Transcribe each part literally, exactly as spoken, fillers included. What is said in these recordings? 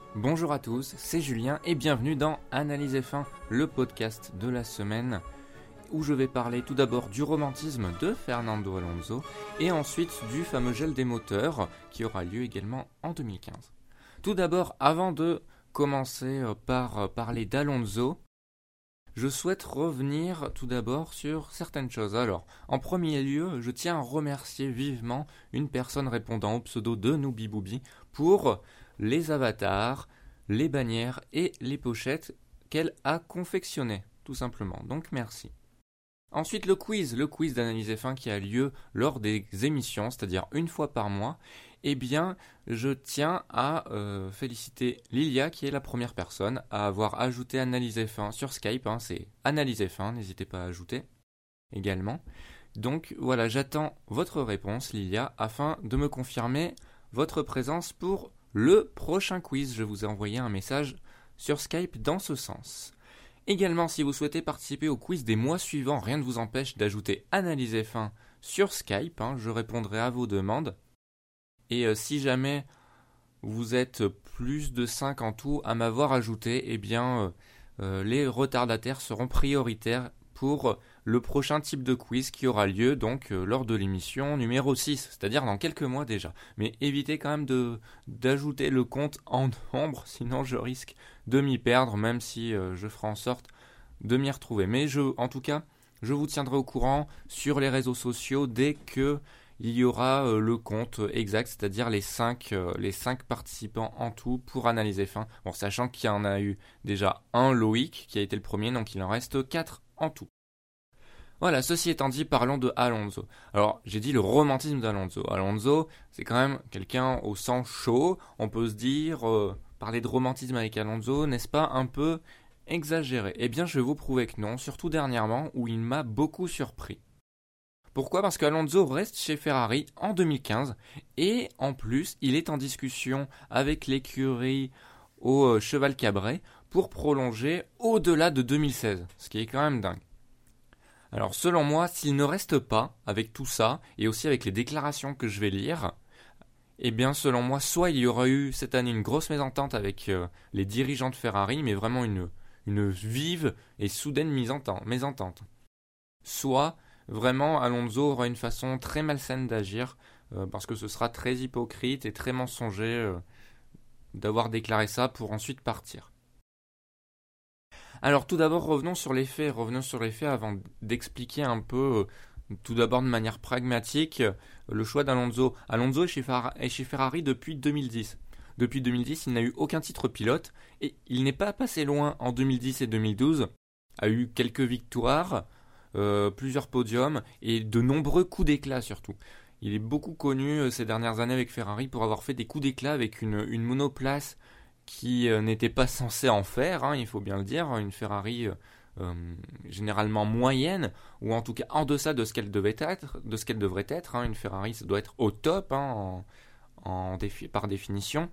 Bonjour à tous, c'est Julien et bienvenue dans Analyse F un, le podcast de la semaine où je vais parler tout d'abord du romantisme de Fernando Alonso et ensuite du fameux gel des moteurs qui aura lieu également en deux mille quinze. Tout d'abord, avant de commencer par parler d'Alonso, je souhaite revenir tout d'abord sur certaines choses. Alors, en premier lieu, je tiens à remercier vivement une personne répondant au pseudo de Noobiboubi pour les avatars, les bannières et les pochettes qu'elle a confectionnées, tout simplement. Donc merci. Ensuite, le quiz, le quiz d'Analyse F un qui a lieu lors des émissions, c'est-à-dire une fois par mois. Eh bien, je tiens à euh, féliciter Lilia, qui est la première personne à avoir ajouté Analyse F un sur Skype. Hein, c'est Analyse F un, n'hésitez pas à ajouter également. Donc voilà, j'attends votre réponse, Lilia, afin de me confirmer votre présence pour le prochain quiz. Je vous ai envoyé un message sur Skype dans ce sens. Également, si vous souhaitez participer au quiz des mois suivants, rien ne vous empêche d'ajouter Analyse F un sur Skype. Hein, je répondrai à vos demandes. Et euh, si jamais vous êtes plus de cinq en tout à m'avoir ajouté, eh bien, euh, euh, les retardataires seront prioritaires pour le prochain type de quiz qui aura lieu donc euh, lors de l'émission numéro six, c'est-à-dire dans quelques mois déjà. Mais évitez quand même de, d'ajouter le compte en nombre, sinon je risque de m'y perdre, même si euh, je ferai en sorte de m'y retrouver. Mais je, en tout cas, je vous tiendrai au courant sur les réseaux sociaux dès que il y aura euh, le compte exact, c'est-à-dire les cinq euh, les cinq participants en tout pour Analyse F un. Bon, sachant qu'il y en a eu déjà un Loïc qui a été le premier, donc il en reste quatre en tout. Voilà, ceci étant dit, parlons de Alonso. Alors, j'ai dit le romantisme d'Alonso. Alonso, c'est quand même quelqu'un au sang chaud. On peut se dire, euh, parler de romantisme avec Alonso, n'est-ce pas un peu exagéré ? Eh bien, je vais vous prouver que non, surtout dernièrement, où il m'a beaucoup surpris. Pourquoi ? Parce qu'Alonso reste chez Ferrari en deux mille quinze et en plus, il est en discussion avec l'écurie au Cheval Cabré pour prolonger au-delà de deux mille seize, ce qui est quand même dingue. Alors selon moi, s'il ne reste pas avec tout ça et aussi avec les déclarations que je vais lire, eh bien selon moi, soit il y aura eu cette année une grosse mésentente avec euh, les dirigeants de Ferrari, mais vraiment une, une vive et soudaine mésentente. Soit vraiment, Alonso aura une façon très malsaine d'agir, euh, parce que ce sera très hypocrite et très mensonger euh, d'avoir déclaré ça pour ensuite partir. Alors tout d'abord, revenons sur les faits, revenons sur les faits avant d'expliquer un peu, euh, tout d'abord de manière pragmatique, euh, le choix d'Alonso. Alonso est chez, Far- est chez Ferrari depuis deux mille dix. Depuis deux mille dix, il n'a eu aucun titre pilote, et il n'est pas passé loin en deux mille dix et deux mille douze, a eu quelques victoires, Euh, plusieurs podiums et de nombreux coups d'éclat surtout. Il est beaucoup connu euh, ces dernières années avec Ferrari pour avoir fait des coups d'éclat avec une, une monoplace qui euh, n'était pas censée en faire, hein, il faut bien le dire, une Ferrari euh, euh, généralement moyenne, ou en tout cas en deçà de ce qu'elle devait être, de ce qu'elle devrait être. Hein. Une Ferrari, ça doit être au top hein, en, en défi, par définition.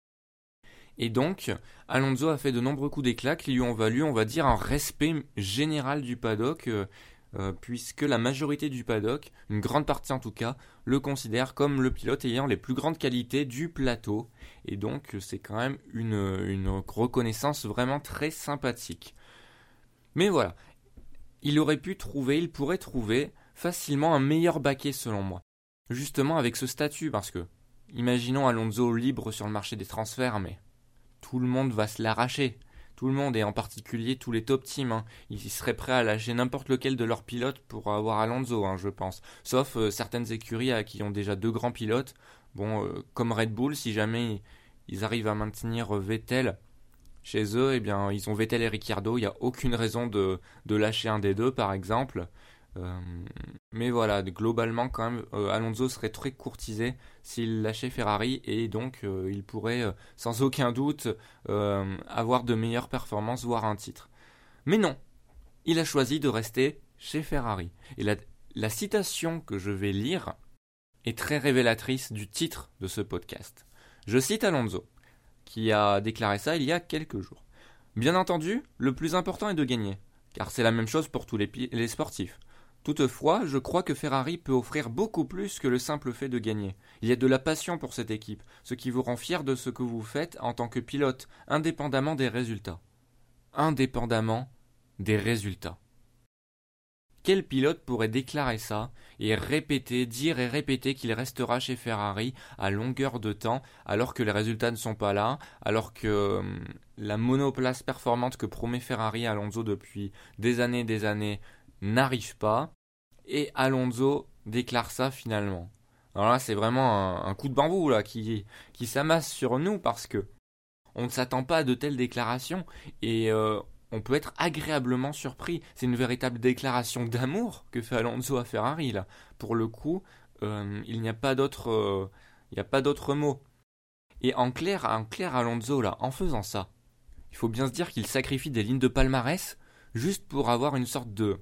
Et donc, Alonso a fait de nombreux coups d'éclat qui lui ont valu, on va dire, un respect général du paddock, euh, euh, puisque la majorité du paddock, une grande partie en tout cas, le considère comme le pilote ayant les plus grandes qualités du plateau. Et donc, c'est quand même une, une reconnaissance vraiment très sympathique. Mais voilà, il aurait pu trouver, il pourrait trouver facilement un meilleur baquet selon moi. Justement avec ce statut, parce que, imaginons Alonso libre sur le marché des transferts, mais tout le monde va se l'arracher. Tout le monde, et en particulier tous les top teams. Hein. Ils seraient prêts à lâcher n'importe lequel de leurs pilotes pour avoir Alonso, hein, je pense. Sauf euh, certaines écuries euh, qui ont déjà deux grands pilotes. Bon, euh, comme Red Bull, si jamais ils arrivent à maintenir euh, Vettel chez eux, eh bien, ils ont Vettel et Ricciardo. Il n'y a aucune raison de, de lâcher un des deux, par exemple. Euh, mais voilà, globalement quand même, euh, Alonso serait très courtisé s'il lâchait Ferrari et donc euh, il pourrait euh, sans aucun doute euh, avoir de meilleures performances, voire un titre. Mais non, il a choisi de rester chez Ferrari. Et la, la citation que je vais lire est très révélatrice du titre de ce podcast. Je cite Alonso, qui a déclaré ça il y a quelques jours. Bien entendu, le plus important est de gagner, car c'est la même chose pour tous les, pi- les sportifs. Toutefois, je crois que Ferrari peut offrir beaucoup plus que le simple fait de gagner. Il y a de la passion pour cette équipe, ce qui vous rend fier de ce que vous faites en tant que pilote, indépendamment des résultats. Indépendamment des résultats. Quel pilote pourrait déclarer ça et répéter, dire et répéter qu'il restera chez Ferrari à longueur de temps alors que les résultats ne sont pas là, alors que euh, la monoplace performante que promet Ferrari à Alonso depuis des années et des années n'arrive pas, et Alonso déclare ça finalement. Alors là, c'est vraiment un, un coup de bambou là qui, qui s'amasse sur nous parce que on ne s'attend pas à de telles déclarations et euh, on peut être agréablement surpris. C'est une véritable déclaration d'amour que fait Alonso à Ferrari là. Pour le coup, euh, il n'y a pas d'autre, euh, il n'y a pas d'autre mot. Et en clair, en clair, Alonso là, en faisant ça, il faut bien se dire qu'il sacrifie des lignes de palmarès juste pour avoir une sorte de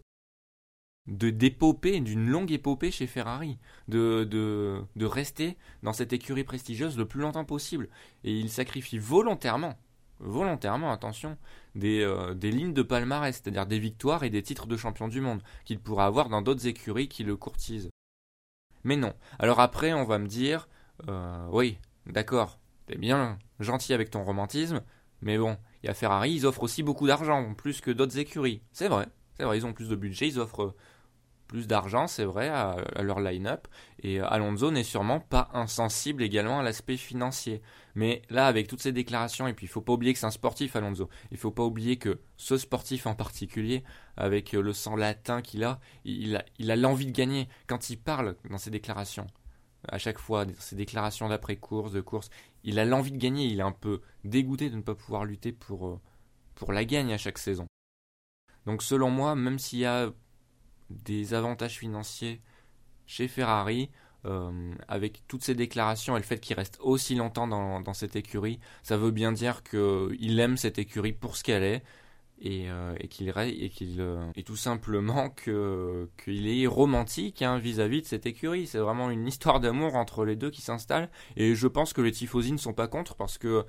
de d'épopée, d'une longue épopée chez Ferrari, de, de, de rester dans cette écurie prestigieuse le plus longtemps possible. Et il sacrifie volontairement, volontairement, attention, des, euh, des lignes de palmarès, c'est-à-dire des victoires et des titres de champion du monde, qu'il pourra avoir dans d'autres écuries qui le courtisent. Mais non. Alors après, on va me dire, euh, oui, d'accord, t'es bien gentil avec ton romantisme, mais bon, il y a Ferrari, ils offrent aussi beaucoup d'argent, plus que d'autres écuries. C'est vrai. C'est vrai, ils ont plus de budget, ils offrent plus d'argent, c'est vrai, à, à leur line-up. Et Alonso n'est sûrement pas insensible également à l'aspect financier. Mais là, avec toutes ces déclarations, et puis il ne faut pas oublier que c'est un sportif, Alonso. Il ne faut pas oublier que ce sportif en particulier, avec le sang latin qu'il a, il a, il a l'envie de gagner. Quand il parle dans ses déclarations, à chaque fois, ses déclarations d'après-course, de course, il a l'envie de gagner. Il est un peu dégoûté de ne pas pouvoir lutter pour, pour la gagne à chaque saison. Donc selon moi, même s'il y a des avantages financiers chez Ferrari, euh, avec toutes ces déclarations et le fait qu'il reste aussi longtemps dans, dans cette écurie, ça veut bien dire qu'il aime cette écurie pour ce qu'elle est et, euh, et qu'il et qu'il euh, et tout simplement que qu'il est romantique hein, vis-à-vis de cette écurie. C'est vraiment une histoire d'amour entre les deux qui s'installe et je pense que les tifosi ne sont pas contre parce que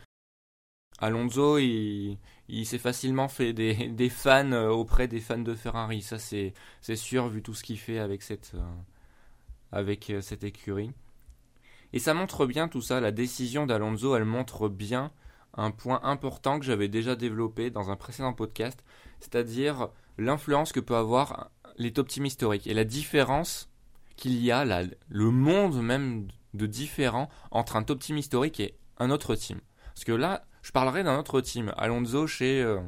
Alonso, il, il s'est facilement fait des, des fans auprès des fans de Ferrari. Ça, c'est, c'est sûr, vu tout ce qu'il fait avec cette, euh, avec cette écurie. Et ça montre bien tout ça. La décision d'Alonso, elle montre bien un point important que j'avais déjà développé dans un précédent podcast, c'est-à-dire l'influence que peut avoir les top teams historiques et la différence qu'il y a, là, le monde même de différent entre un top team historique et un autre team. Parce que là, je parlerai d'un autre team, Alonso chez, euh,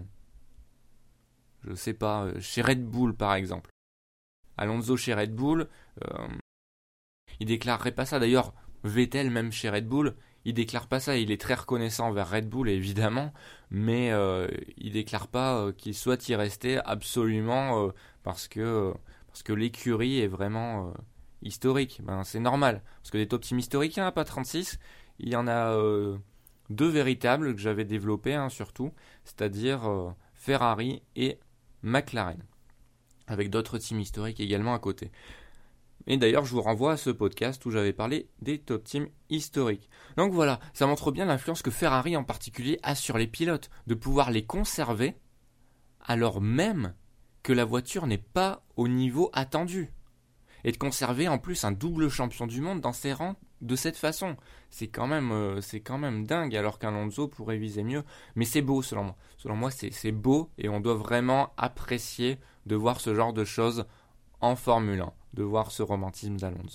je sais pas, euh, chez Red Bull par exemple. Alonso chez Red Bull, euh, il déclarerait pas ça. D'ailleurs, Vettel même chez Red Bull, il déclare pas ça. Il est très reconnaissant envers Red Bull évidemment, mais euh, il déclare pas euh, qu'il souhaite y rester absolument euh, parce que euh, parce que l'écurie est vraiment euh, historique. Ben c'est normal, parce que des top teams historiques, il n'y en a pas trente-six, il y en a euh, deux véritables que j'avais développés hein, surtout, c'est-à-dire euh, Ferrari et McLaren, avec d'autres teams historiques également à côté. Et d'ailleurs, je vous renvoie à ce podcast où j'avais parlé des top teams historiques. Donc voilà, ça montre bien l'influence que Ferrari en particulier a sur les pilotes, de pouvoir les conserver alors même que la voiture n'est pas au niveau attendu. Et de conserver en plus un double champion du monde dans ses rangs de cette façon. C'est quand même, euh, c'est quand même dingue, alors qu'Alonso pourrait viser mieux. Mais c'est beau selon moi. Selon moi, c'est, c'est beau et on doit vraiment apprécier de voir ce genre de choses en Formule un, de voir ce romantisme d'Alonso.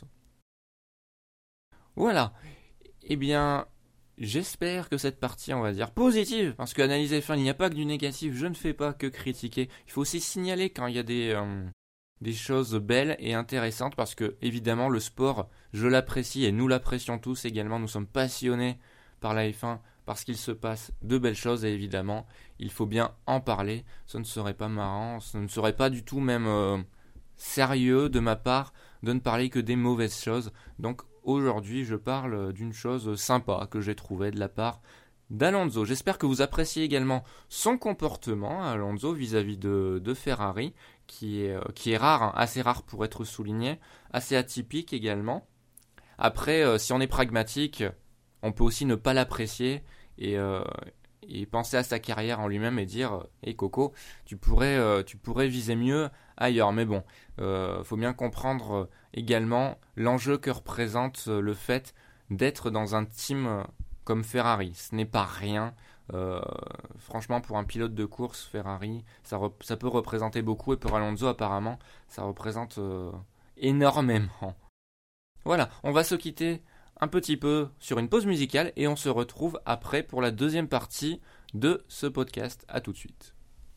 Voilà. Eh bien, j'espère que cette partie, on va dire, positive, parce qu'analyser fin, il n'y a pas que du négatif, je ne fais pas que critiquer. Il faut aussi signaler quand il y a des... Euh, des choses belles et intéressantes parce que évidemment le sport je l'apprécie et nous l'apprécions tous également, nous sommes passionnés par la F un parce qu'il se passe de belles choses et évidemment il faut bien en parler, ce ne serait pas marrant, ce ne serait pas du tout même euh, sérieux de ma part de ne parler que des mauvaises choses. Donc aujourd'hui je parle d'une chose sympa que j'ai trouvée de la part d'Alonso. J'espère que vous appréciez également son comportement, Alonso, vis-à-vis de, de Ferrari, qui est, qui est rare, hein, assez rare pour être souligné, assez atypique également. Après, euh, si on est pragmatique, on peut aussi ne pas l'apprécier et, euh, et penser à sa carrière en lui-même et dire « Hey Coco, tu pourrais, euh, tu pourrais viser mieux ailleurs ». Mais bon, euh, faut bien comprendre euh, également l'enjeu que représente euh, le fait d'être dans un team euh, comme Ferrari. Ce n'est pas rien. Euh, franchement, pour un pilote de course, Ferrari, ça, rep- ça peut représenter beaucoup. Et pour Alonso, apparemment, ça représente euh, énormément. Voilà, on va se quitter un petit peu sur une pause musicale et on se retrouve après pour la deuxième partie de ce podcast. À tout de suite.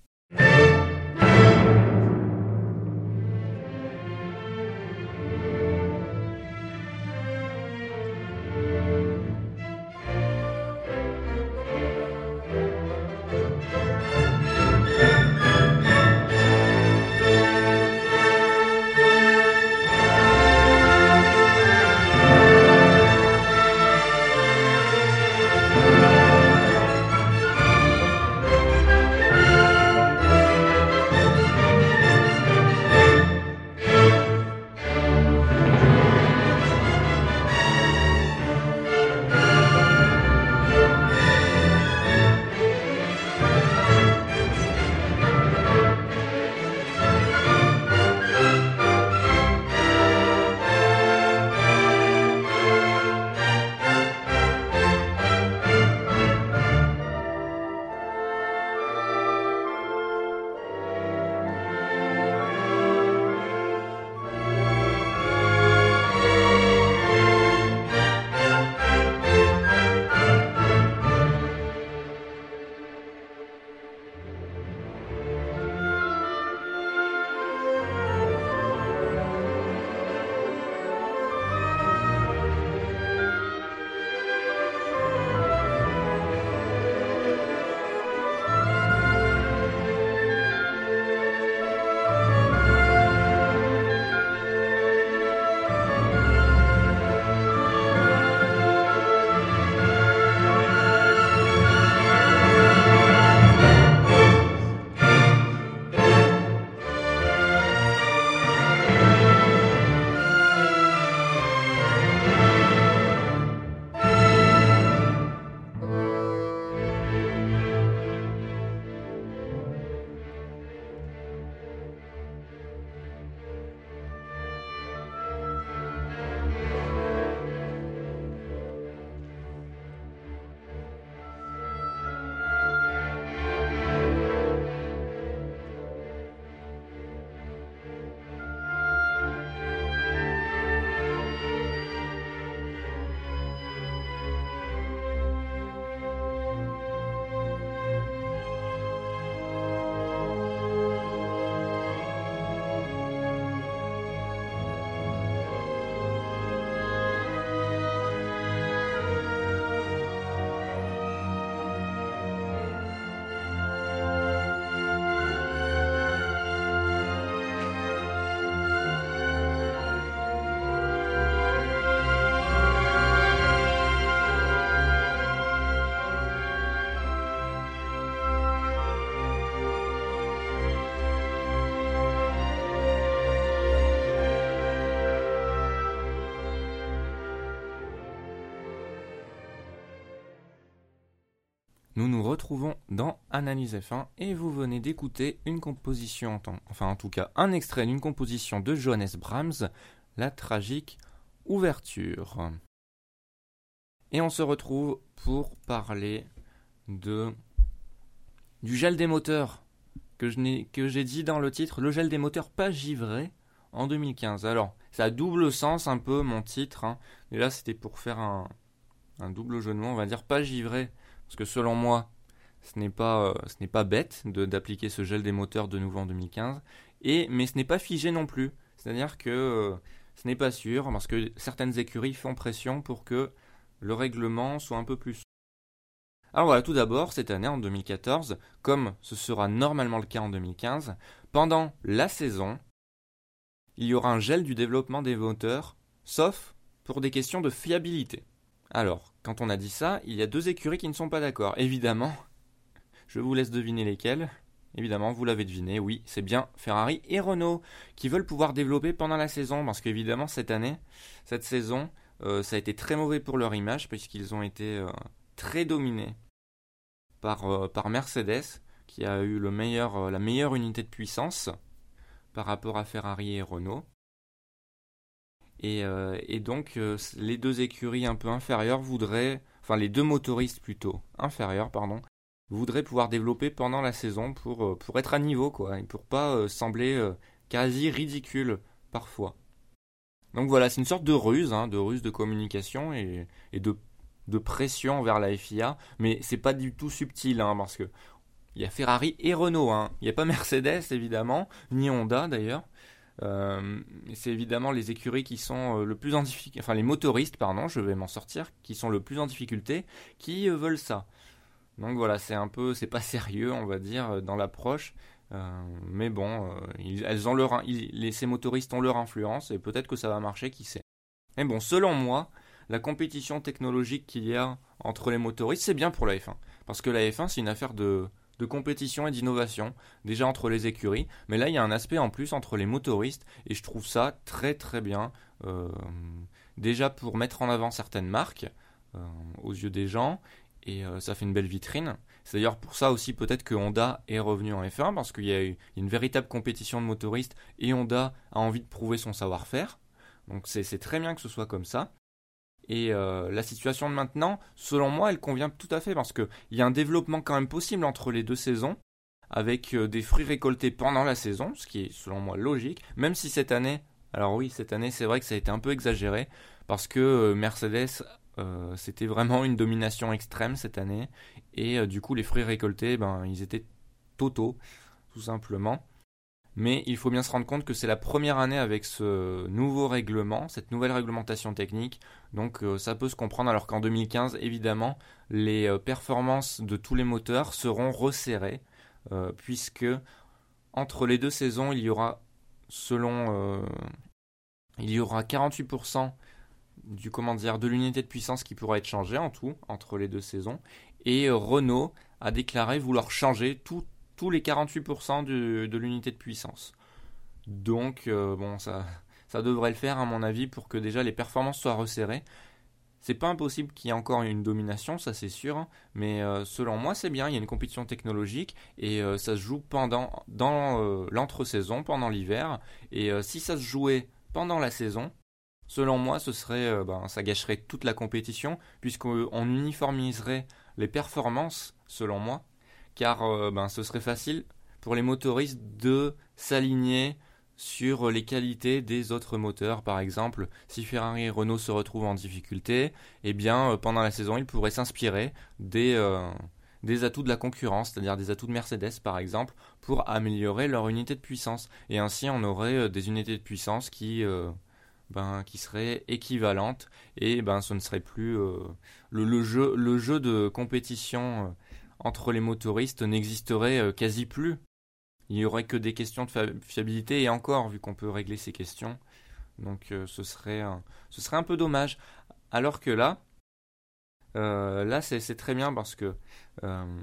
Nous nous retrouvons dans Analyse F un et vous venez d'écouter une composition, en temps, enfin en tout cas un extrait d'une composition de Johannes Brahms, la tragique ouverture. Et on se retrouve pour parler de du gel des moteurs que, je n'ai, que j'ai dit dans le titre, le gel des moteurs pas givré en deux mille quinze. Alors, ça a double sens un peu mon titre, hein. Et là c'était pour faire un, un double jeu de mots, on va dire pas givré. Parce que selon moi, ce n'est pas, euh, ce n'est pas bête de, d'appliquer ce gel des moteurs de nouveau en deux mille quinze, et, mais ce n'est pas figé non plus. C'est-à-dire que euh, ce n'est pas sûr, parce que certaines écuries font pression pour que le règlement soit un peu plus. Alors voilà, tout d'abord, cette année, en deux mille quatorze, comme ce sera normalement le cas en deux mille quinze, pendant la saison, il y aura un gel du développement des moteurs, sauf pour des questions de fiabilité. Alors, quand on a dit ça, il y a deux écuries qui ne sont pas d'accord. Évidemment, je vous laisse deviner lesquelles. Évidemment, vous l'avez deviné, oui, c'est bien Ferrari et Renault qui veulent pouvoir développer pendant la saison. Parce qu'évidemment, cette année, cette saison, euh, ça a été très mauvais pour leur image puisqu'ils ont été euh, très dominés par, euh, par Mercedes, qui a eu le meilleur, euh, la meilleure unité de puissance par rapport à Ferrari et Renault. Et, euh, et donc, euh, les deux écuries un peu inférieures voudraient, enfin les deux motoristes plutôt inférieurs, pardon, voudraient pouvoir développer pendant la saison pour, euh, pour être à niveau, quoi, et pour pas euh, sembler euh, quasi ridicule parfois. Donc voilà, c'est une sorte de ruse, hein, de ruse de communication et, et de, de pression vers la F I A, mais c'est pas du tout subtil, hein, parce que il y a Ferrari et Renault, hein. Il n'y a pas Mercedes évidemment, ni Honda d'ailleurs. Euh, c'est évidemment les écuries qui sont euh, le plus en difficulté, enfin les motoristes, pardon, je vais m'en sortir, qui sont le plus en difficulté, qui euh, veulent ça. Donc voilà, c'est un peu, c'est pas sérieux, on va dire, euh, dans l'approche. Euh, mais bon, euh, ils, elles ont leur, ils, les, ces motoristes ont leur influence et peut-être que ça va marcher, qui sait. Mais bon, selon moi, la compétition technologique qu'il y a entre les motoristes, c'est bien pour la F un. Parce que la F un, c'est une affaire de, de compétition et d'innovation, déjà entre les écuries. Mais là, il y a un aspect en plus entre les motoristes, et je trouve ça très très bien. Euh, déjà pour mettre en avant certaines marques euh, aux yeux des gens, et euh, ça fait une belle vitrine. C'est d'ailleurs pour ça aussi peut-être que Honda est revenu en F un, parce qu'il y a eu une véritable compétition de motoristes, et Honda a envie de prouver son savoir-faire. Donc c'est, c'est très bien que ce soit comme ça. Et euh, la situation de maintenant, selon moi, elle convient tout à fait parce qu'il y a un développement quand même possible entre les deux saisons, avec euh, des fruits récoltés pendant la saison, ce qui est selon moi logique, même si cette année, alors oui, cette année c'est vrai que ça a été un peu exagéré, parce que euh, Mercedes, euh, c'était vraiment une domination extrême cette année, et euh, du coup les fruits récoltés, ben, ils étaient totaux, tout simplement. Mais il faut bien se rendre compte que c'est la première année avec ce nouveau règlement, cette nouvelle réglementation technique. Donc euh, ça peut se comprendre, alors qu'en deux mille quinze, évidemment, les euh, performances de tous les moteurs seront resserrées, euh, puisque entre les deux saisons, il y aura, selon, euh, il y aura quarante-huit pour cent du, comment dire, de l'unité de puissance qui pourra être changée en tout, entre les deux saisons. Et euh, Renault a déclaré vouloir changer tout tous les quarante-huit pour cent de, de l'unité de puissance. Donc, euh, bon, ça, ça devrait le faire à mon avis pour que déjà les performances soient resserrées. C'est pas impossible qu'il y ait encore une domination, ça c'est sûr, hein, mais euh, selon moi c'est bien, il y a une compétition technologique et euh, ça se joue pendant, dans euh, l'entre-saison, pendant l'hiver, et euh, si ça se jouait pendant la saison, selon moi ce serait, euh, ben, ça gâcherait toute la compétition, puisqu'on uniformiserait les performances, selon moi, car euh, ben, ce serait facile pour les motoristes de s'aligner sur les qualités des autres moteurs. Par exemple, si Ferrari et Renault se retrouvent en difficulté, eh bien, euh, pendant la saison, ils pourraient s'inspirer des, euh, des atouts de la concurrence, c'est-à-dire des atouts de Mercedes, par exemple, pour améliorer leur unité de puissance. Et ainsi, on aurait euh, des unités de puissance qui, euh, ben, qui seraient équivalentes, et ben, ce ne serait plus euh, le, le, jeu, le jeu de compétition euh, entre les motoristes n'existerait euh, quasi plus. Il n'y aurait que des questions de fiabilité, et encore, vu qu'on peut régler ces questions. Donc euh, ce, serait un, ce serait un peu dommage. Alors que là, euh, là c'est, c'est très bien parce que euh,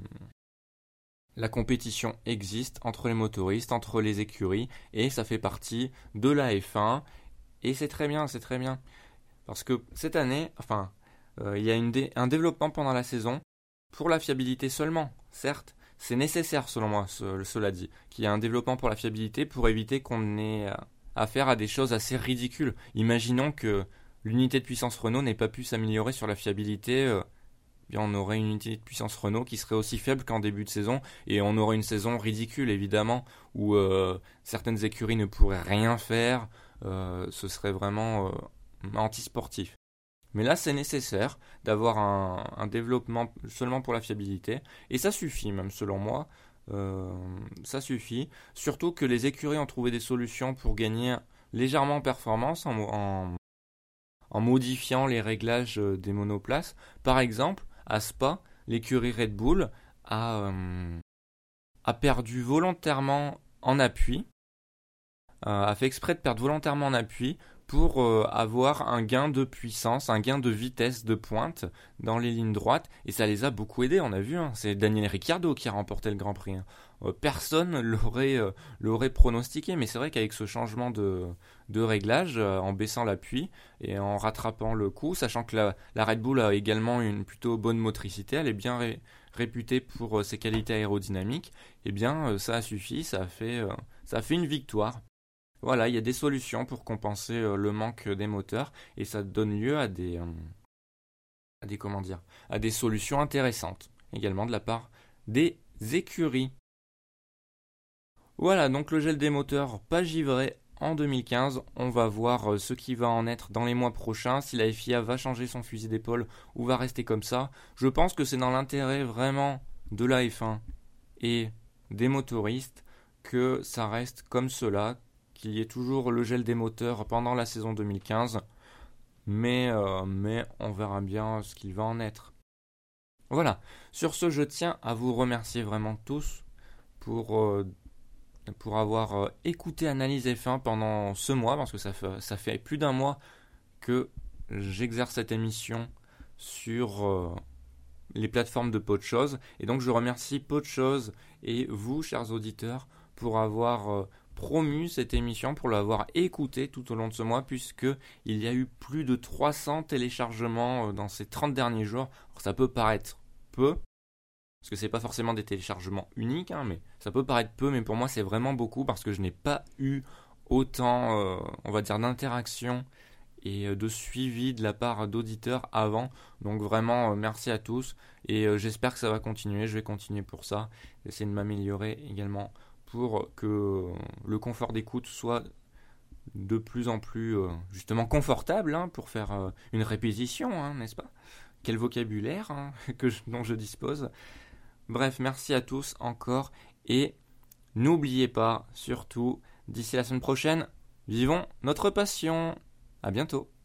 la compétition existe entre les motoristes, entre les écuries, et ça fait partie de la F un. Et c'est très bien, c'est très bien. Parce que cette année, enfin, euh, il y a une dé- un développement pendant la saison, pour la fiabilité seulement, certes, c'est nécessaire selon moi, ce, cela dit, qu'il y ait un développement pour la fiabilité pour éviter qu'on ait affaire à des choses assez ridicules. Imaginons que l'unité de puissance Renault n'ait pas pu s'améliorer sur la fiabilité, euh, bien on aurait une unité de puissance Renault qui serait aussi faible qu'en début de saison, et on aurait une saison ridicule évidemment, où euh, certaines écuries ne pourraient rien faire, euh, ce serait vraiment euh, anti-sportif. Mais là, c'est nécessaire d'avoir un, un développement seulement pour la fiabilité. Et ça suffit, même selon moi. Euh, ça suffit. Surtout que les écuries ont trouvé des solutions pour gagner légèrement en performance en, en, en modifiant les réglages des monoplaces. Par exemple, à Spa, l'écurie Red Bull a, euh, a perdu volontairement en appui. Euh, a fait exprès de perdre volontairement en appui pour euh, avoir un gain de puissance, un gain de vitesse de pointe dans les lignes droites, et ça les a beaucoup aidés, on a vu, hein. C'est Daniel Ricciardo qui a remporté le Grand Prix, hein. euh, Personne l'aurait, euh, l'aurait pronostiqué, mais c'est vrai qu'avec ce changement de, de réglage, euh, en baissant l'appui et en rattrapant le coup, sachant que la, la Red Bull a également une plutôt bonne motricité, elle est bien ré, réputé pour euh, ses qualités aérodynamiques, eh bien euh, ça a suffi, ça a fait, euh, ça a fait une victoire. Voilà, il y a des solutions pour compenser euh, le manque des moteurs et ça donne lieu à des, euh, à des comment dire, à des solutions intéressantes également de la part des écuries. Voilà, donc le gel des moteurs pas givré en deux mille quinze. On va voir euh, ce qui va en être dans les mois prochains, si la F I A va changer son fusil d'épaule ou va rester comme ça. Je pense que c'est dans l'intérêt vraiment de la F un et des motoristes que ça reste comme cela, qu'il y ait toujours le gel des moteurs pendant la saison deux mille quinze, mais, euh, mais on verra bien ce qu'il va en être. Voilà, sur ce, je tiens à vous remercier vraiment tous pour, euh, pour avoir euh, écouté Analyse F un pendant ce mois, parce que ça fait, ça fait plus d'un mois que j'exerce cette émission sur euh, les plateformes de Podchose, et donc je remercie Podchose et vous, chers auditeurs, pour avoir euh, promu cette émission, pour l'avoir écoutée tout au long de ce mois, puisque il y a eu plus de trois cents téléchargements dans ces trente derniers jours. Alors ça peut paraître peu, parce que c'est pas forcément des téléchargements uniques, hein, mais ça peut paraître peu, mais pour moi c'est vraiment beaucoup, parce que je n'ai pas eu autant, euh, on va dire, d'interaction et de suivi de la part d'auditeurs avant. Donc vraiment, euh, merci à tous, et euh, j'espère que ça va continuer, je vais continuer pour ça, essayer de m'améliorer également, pour que le confort d'écoute soit de plus en plus euh, justement confortable, hein, pour faire euh, une répétition, hein, n'est-ce pas? Quel vocabulaire, hein, que je, dont je dispose. Bref, merci à tous encore, et n'oubliez pas, surtout, d'ici la semaine prochaine, vivons notre passion. À bientôt.